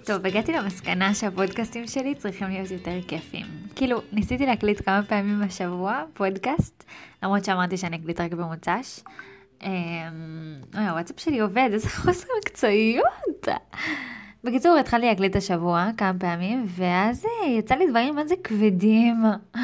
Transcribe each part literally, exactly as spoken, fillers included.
טוב, הגעתי למסקנה שהפודקאסטים שלי צריכים להיות יותר כיפים. כאילו, ניסיתי להקליט כמה פעמים בשבוע פודקאסט, למרות שאמרתי שאני אקליט רק במוצ"ש. אוי, הוואטסאפ שלי עובד, איזה חוסר מקצועיות. בקיצור, התחלתי להקליט השבוע כמה פעמים, ואז יצא לי דברים מה זה כבדים.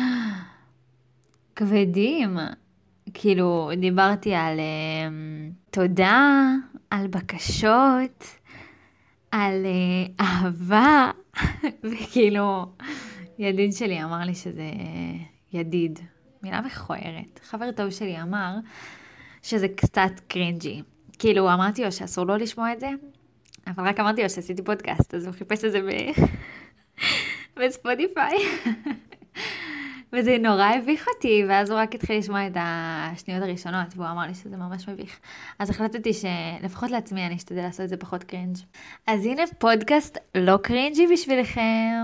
כבדים. כאילו, דיברתי על um, תודה, על בקשות, על uh, אהבה, וכאילו, ידיד שלי אמר לי שזה ידיד, מילה מכוערת. חבר טוב שלי אמר שזה קצת קרינג'י. כאילו, אמרתי לו שאסור לו לשמוע את זה, אבל רק אמרתי לו שעשיתי פודקאסט, אז הוא חיפש את זה ב... בספוטיפיי. וזה נורא הביך אותי, ואז הוא רק התחיל לשמוע את השניות הראשונות, והוא אמר לי שזה ממש מביך. אז החלטתי שלפחות לעצמי אני אשתדל לעשות את זה פחות קרינג'. אז הנה פודקאסט לא קרינג'י בשבילכם.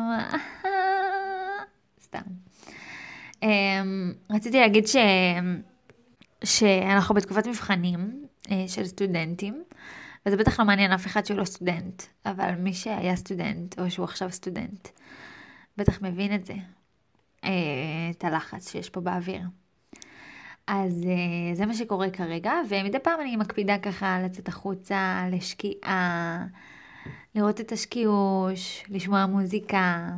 סתם. רציתי להגיד ש... שאנחנו בתקופת מבחנים של סטודנטים, וזה בטח לא מעניין אף אחד שהוא לא סטודנט, אבל מי שהיה סטודנט, או שהוא עכשיו סטודנט, בטח מבין את זה. את הלחץ שיש פה באוויר. אז זה מה שקורה כרגע, ומדי פעם אני מקפידה ככה לצאת החוצה, לשקיעה, לראות את השקיעוש, לשמוע מוזיקה,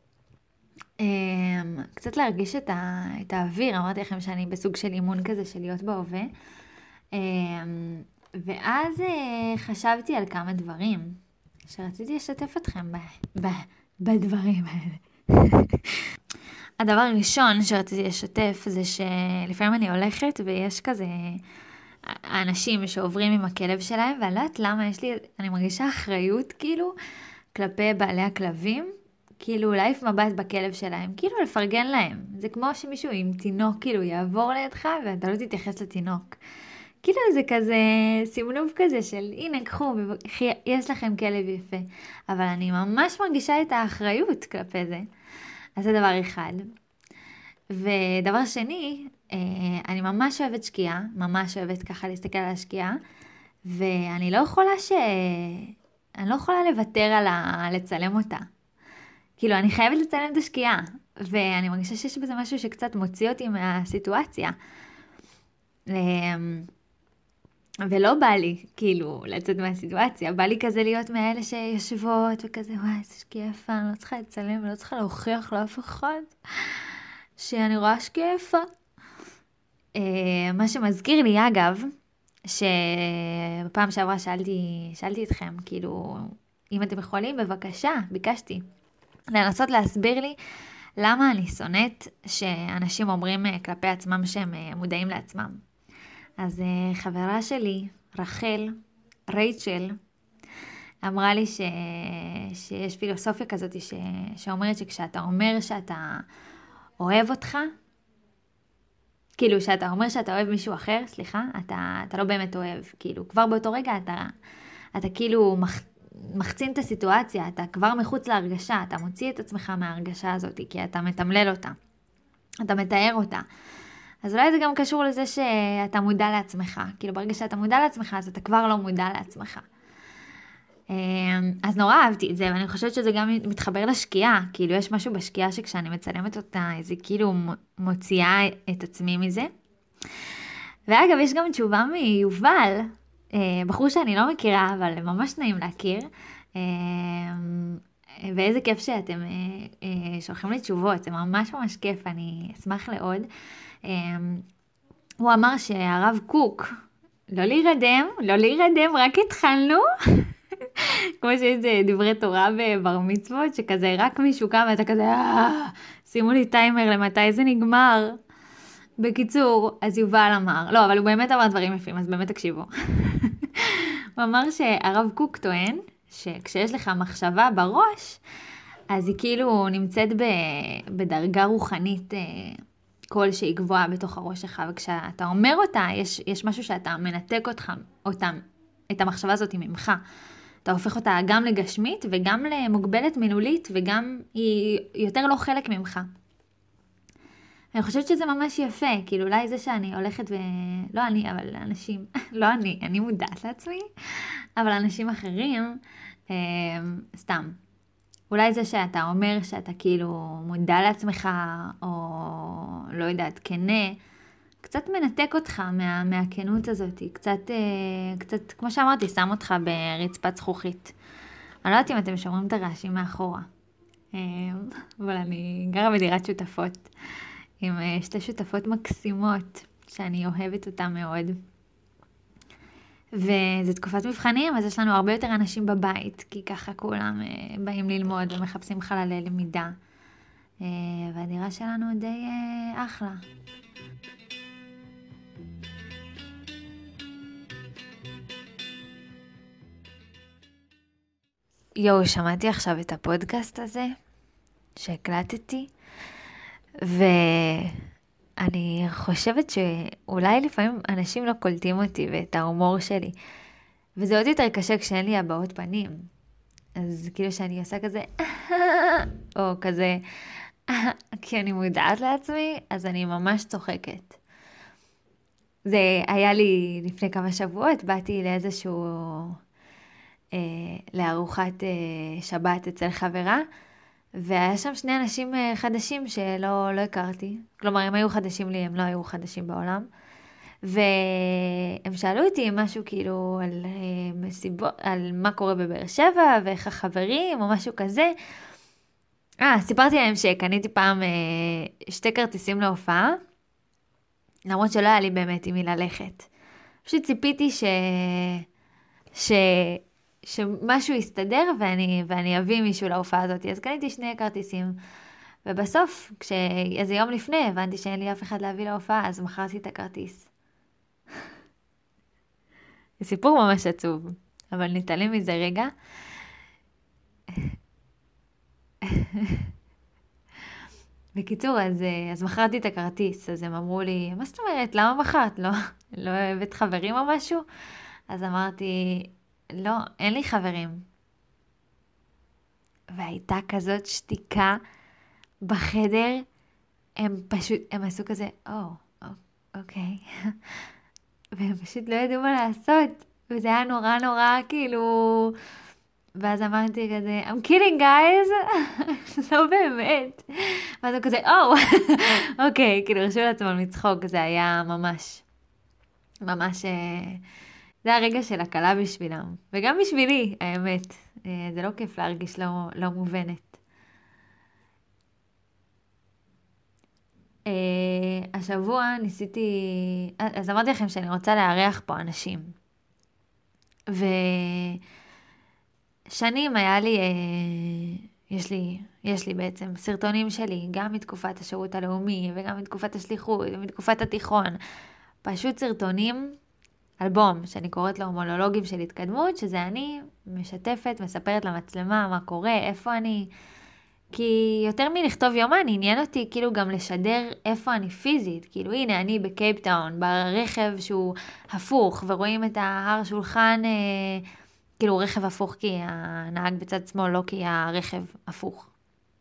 קצת להרגיש את, ה, את האוויר. אמרתי לכם שאני בסוג של אימון כזה של להיות בהווה. ואז חשבתי על כמה דברים שרציתי לשתף אתכם ב, ב, בדברים האלה. הדבר הראשון שרציתי לשתף זה שלפעמים אני הולכת ויש כזה אנשים שעוברים עם הכלב שלהם, ואני לא יודעת למה יש לי, אני מרגישה אחריות כאילו כלפי בעלי הכלבים, כאילו להעיף מבט בכלב שלהם, כאילו לפרגן להם. זה כמו שמישהו עם תינוק כאילו יעבור לידך ואתה לא תתייחס לתינוק. כאילו זה כזה סימנוב כזה של הנה קחו, יש לכם כלב יפה. אבל אני ממש מרגישה את האחריות כלפי זה. אז זה דבר אחד. ודבר שני, אני ממש אוהבת שקיעה, ממש אוהבת ככה להסתכל על השקיעה, ואני לא יכולה ש... אני לא יכולה לוותר על ה... לצלם אותה. כאילו, אני חייבת לצלם את השקיעה, ואני מרגישה שיש בזה משהו שקצת מוציא אותי מהסיטואציה. ולא בא לי, כאילו, לצאת מהסיטואציה. בא לי כזה להיות מאלה שיושבות וכזה, וואי, זה שקיעה יפה, אני לא צריכה לצלם, אני לא צריכה להוכיח לאף אחד שאני רואה שקיעה יפה. מה שמזכיר לי, אגב, שבפעם שעברה שאלתי, שאלתי אתכם, כאילו, אם אתם יכולים, בבקשה, ביקשתי, לנסות להסביר לי למה אני שונאת שאנשים אומרים כלפי עצמם שהם מודעים לעצמם. אז חברה שלי, רחל, רייצ'ל, אמרה לי ש... שיש פילוסופיה כזאת ש... שאומרת שכשאתה אומר שאתה אוהב אותך, כאילו שאתה אומר שאתה אוהב מישהו אחר, סליחה, אתה, אתה לא באמת אוהב. כאילו כבר באותו רגע אתה, אתה כאילו מח... מחצין את הסיטואציה, אתה כבר מחוץ להרגשה, אתה מוציא את עצמך מההרגשה הזאת, כי אתה מתמלל אותה, אתה מתאר אותה. אז אולי זה גם קשור לזה שאתה מודע לעצמך. כאילו ברגע שאתה מודע לעצמך, אז אתה כבר לא מודע לעצמך. אז נורא אהבתי את זה, ואני חושבת שזה גם מתחבר לשקיעה. כאילו יש משהו בשקיעה שכשאני מצלמת אותה, זה כאילו מוציאה את עצמי מזה. ואגב, יש גם תשובה מיובל, בחור שאני לא מכירה, אבל ממש נעים להכיר. ואיזה כיף שאתם שולחים לי תשובות, זה ממש ממש כיף, אני אשמח לעוד. הוא אמר שהרב קוק, לא להירדם, לא להירדם, רק התחלנו. כמו שיש דברי תורה בבר מצוות, שכזה רק מישהו קם ואתה כזה, שימו לי טיימר למתי זה נגמר. בקיצור, אז יובל אמר, לא, אבל הוא באמת אמר דברים יפים, אז באמת תקשיבו. הוא אמר שהרב קוק טוען, שכשיש לך מחשבה בראש, אז היא כאילו נמצאת בדרגה רוחנית כלשהי גבוהה בתוך הראש שלך, וכשאתה אומר אותה, יש, יש משהו שאתה מנתק אותך, אותם, את המחשבה הזאת ממך. אתה הופך אותה גם לגשמית וגם למוגבלת מילולית, וגם היא יותר לא חלק ממך. אני חושבת שזה ממש יפה, כאילו אולי זה שאני הולכת ו... לא אני, אבל אנשים, לא אני, אני מודעת לעצמי, אבל אנשים אחרים, אה, סתם, אולי זה שאתה אומר שאתה כאילו מודע לעצמך, או לא יודעת, כנה, קצת מנתק אותך מה, מהכנות הזאת, קצת, אה, קצת, כמו שאמרתי, שם אותך ברצפת זכוכית. אני לא יודעת אם אתם שומעים את הרעשים מאחורה, אה, אבל אני גרה בדירת שותפות, עם אה, שתי שותפות מקסימות, שאני אוהבת אותן מאוד. וזו תקופת מבחנים, אז יש לנו הרבה יותר אנשים בבית, כי ככה כולם אה, באים ללמוד ומחפשים חללי למידה. אה, והדירה שלנו די אה, אחלה. יואו, שמעתי עכשיו את הפודקאסט הזה שהקלטתי, ואני חושבת שאולי לפעמים אנשים לא קולטים אותי ואת ההומור שלי, וזה עוד יותר קשה כשאין לי הבעות פנים. אז כאילו שאני עושה כזה, או כזה, כי אני מודעת לעצמי, אז אני ממש צוחקת. זה היה לי לפני כמה שבועות, באתי לאיזשהו, אה, לארוחת אה, שבת אצל חברה, והיה שם שני אנשים אה, חדשים שלא לא הכרתי. כלומר, הם היו חדשים לי, הם לא היו חדשים בעולם. והם שאלו אותי משהו כאילו על אה, מסיבות, על מה קורה בבאר שבע, ואיך החברים, או משהו כזה. אה, סיפרתי להם שקניתי פעם אה, שתי כרטיסים להופעה, למרות שלא היה לי באמת עם מי ללכת. פשוט ציפיתי ש... ש... שמשהו יסתדר ואני, ואני אביא מישהו להופעה הזאת. אז קניתי שני כרטיסים. ובסוף, כשאיזה יום לפני הבנתי שאין לי אף אחד להביא להופעה, אז מכרתי את הכרטיס. זה סיפור ממש עצוב, אבל נתעלם מזה רגע. בקיצור, אז, אז מכרתי את הכרטיס, אז הם אמרו לי, מה זאת אומרת, למה מכרת? לא, לא אוהבת חברים או משהו? אז אמרתי, לא, אין לי חברים. והייתה כזאת שתיקה בחדר, הם פשוט, הם עשו כזה, או, oh, אוקיי. והם פשוט לא ידעו מה לעשות, וזה היה נורא נורא, כאילו... ואז אמרתי כזה, I'm kidding guys, לא באמת. ואז הוא כזה, או, אוקיי, כאילו הרשו לעצמם לצחוק, זה היה ממש, ממש, זה הרגע של הקלה בשבילם. וגם בשבילי, האמת, זה לא כיף להרגיש לא, לא מובנת. השבוע ניסיתי, אז אמרתי לכם שאני רוצה לארח פה אנשים. ו... שנים היה לי, יש לי, יש לי בעצם סרטונים שלי, גם מתקופת השירות הלאומי, וגם מתקופת השליחות, ומתקופת התיכון. פשוט סרטונים, אלבום, שאני קוראת לו מונולוגים של התקדמות, שזה אני משתפת, מספרת למצלמה מה קורה, איפה אני. כי יותר מלכתוב יומן, עניין אותי כאילו גם לשדר איפה אני פיזית. כאילו הנה, אני בקייפטאון, ברכב שהוא הפוך, ורואים את ההר שולחן... כאילו רכב הפוך כי הנהג בצד שמאל, לא כי הרכב הפוך.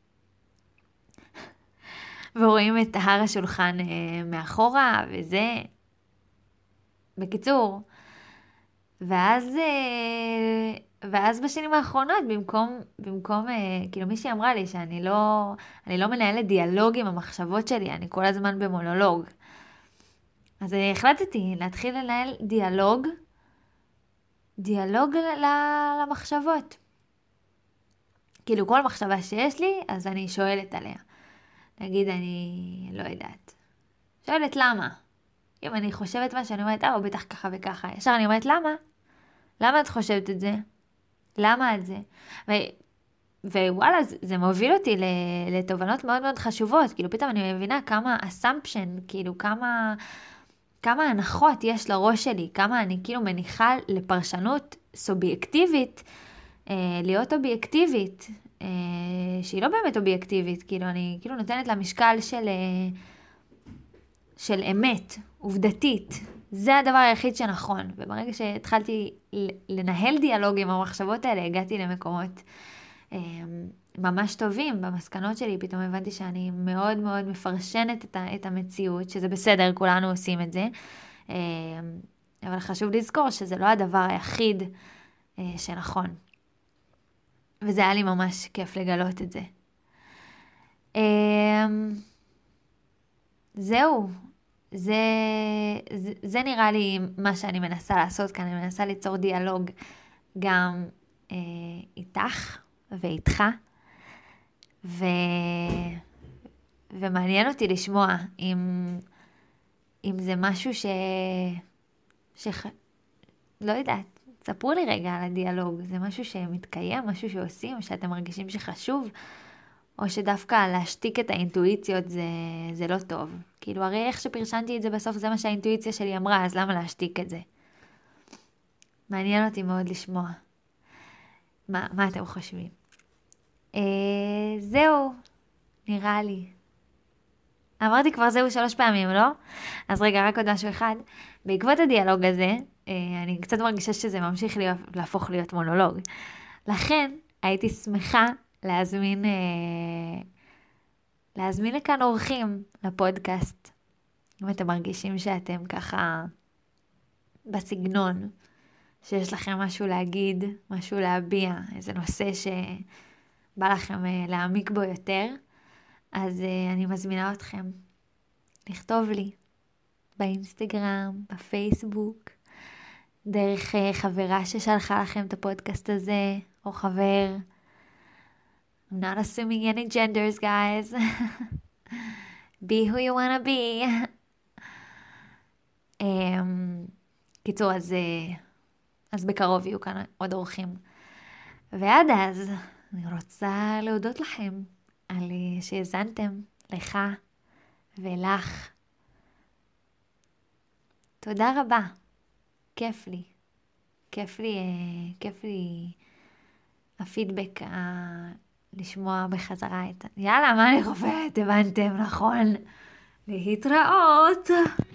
ורואים את הר השולחן מאחורה, וזה... בקיצור. ואז, ואז בשנים האחרונות, במקום, במקום, כאילו מישהי אמרה לי שאני לא, אני לא מנהלת דיאלוג עם המחשבות שלי, אני כל הזמן במונולוג. אז החלטתי להתחיל לנהל דיאלוג, דיאלוג למחשבות. כאילו כל מחשבה שיש לי, אז אני שואלת עליה. נגיד אני לא יודעת. שואלת למה. אם אני חושבת מה שאני אומרת, אה, בטח ככה וככה. ישר אני אומרת למה? למה את חושבת את זה? למה את זה? ו... ווואלה, זה, זה מוביל אותי לתובנות מאוד מאוד חשובות. כאילו פתאום אני מבינה כמה assumption, כאילו כמה... כמה הנחות יש לראש שלי, כמה אני כאילו מניחה לפרשנות סובייקטיבית, אה, להיות אובייקטיבית, אה, שהיא לא באמת אובייקטיבית, כאילו אני כאילו נותנת לה משקל של, אה, של אמת, עובדתית. זה הדבר היחיד שנכון. וברגע שהתחלתי לנהל דיאלוג עם המחשבות האלה, הגעתי למקומות אה, ממש טובים במסקנות שלי. פתאום הבנתי שאני מאוד מאוד מפרשנת את, ה, את המציאות, שזה בסדר, כולנו עושים את זה. אבל חשוב לזכור שזה לא הדבר היחיד שנכון. וזה היה לי ממש כיף לגלות את זה. אמ, זהו, זה, זה, זה נראה לי מה שאני מנסה לעשות כאן, אני מנסה ליצור דיאלוג גם אה, איתך ואיתך, ו... ומעניין אותי לשמוע אם, אם זה משהו ש... ש... לא יודעת, ספרו לי רגע על הדיאלוג, זה משהו שמתקיים, משהו שעושים, שאתם מרגישים שחשוב, או שדווקא להשתיק את האינטואיציות זה, זה לא טוב. כאילו, הרי איך שפרשנתי את זה בסוף, זה מה שהאינטואיציה שלי אמרה, אז למה להשתיק את זה? מעניין אותי מאוד לשמוע. מה, מה אתם חושבים? אה, זהו, נראה לי. אמרתי כבר זהו שלוש פעמים, לא? אז רגע, רק עוד משהו אחד. בעקבות הדיאלוג הזה, אה, אני קצת מרגישה שזה ממשיך להיות, להפוך להיות מונולוג. לכן, הייתי שמחה להזמין, אה, להזמין לכאן אורחים לפודקאסט. אם אתם מרגישים שאתם ככה בסגנון, שיש לכם משהו להגיד, משהו להביע, איזה נושא שבא לכם אה, להעמיק בו יותר, אז uh, אני מזמינה אתכם לכתוב לי באינסטגרם, בפייסבוק, דרך uh, חברה ששלחה לכם את הפודקאסט הזה, או חבר. I'm not assuming any genders, guys. Be who you wanna be. um, קיצור, אז, uh, אז בקרוב יהיו כאן עוד אורחים. ועד אז, אני רוצה להודות לכם. על שהזנתם לך ולך. תודה רבה. כיף לי. כיף לי, כיף לי הפידבק, לשמוע בחזרה את... יאללה, מה אני חופרת? הבנתם, נכון? להתראות.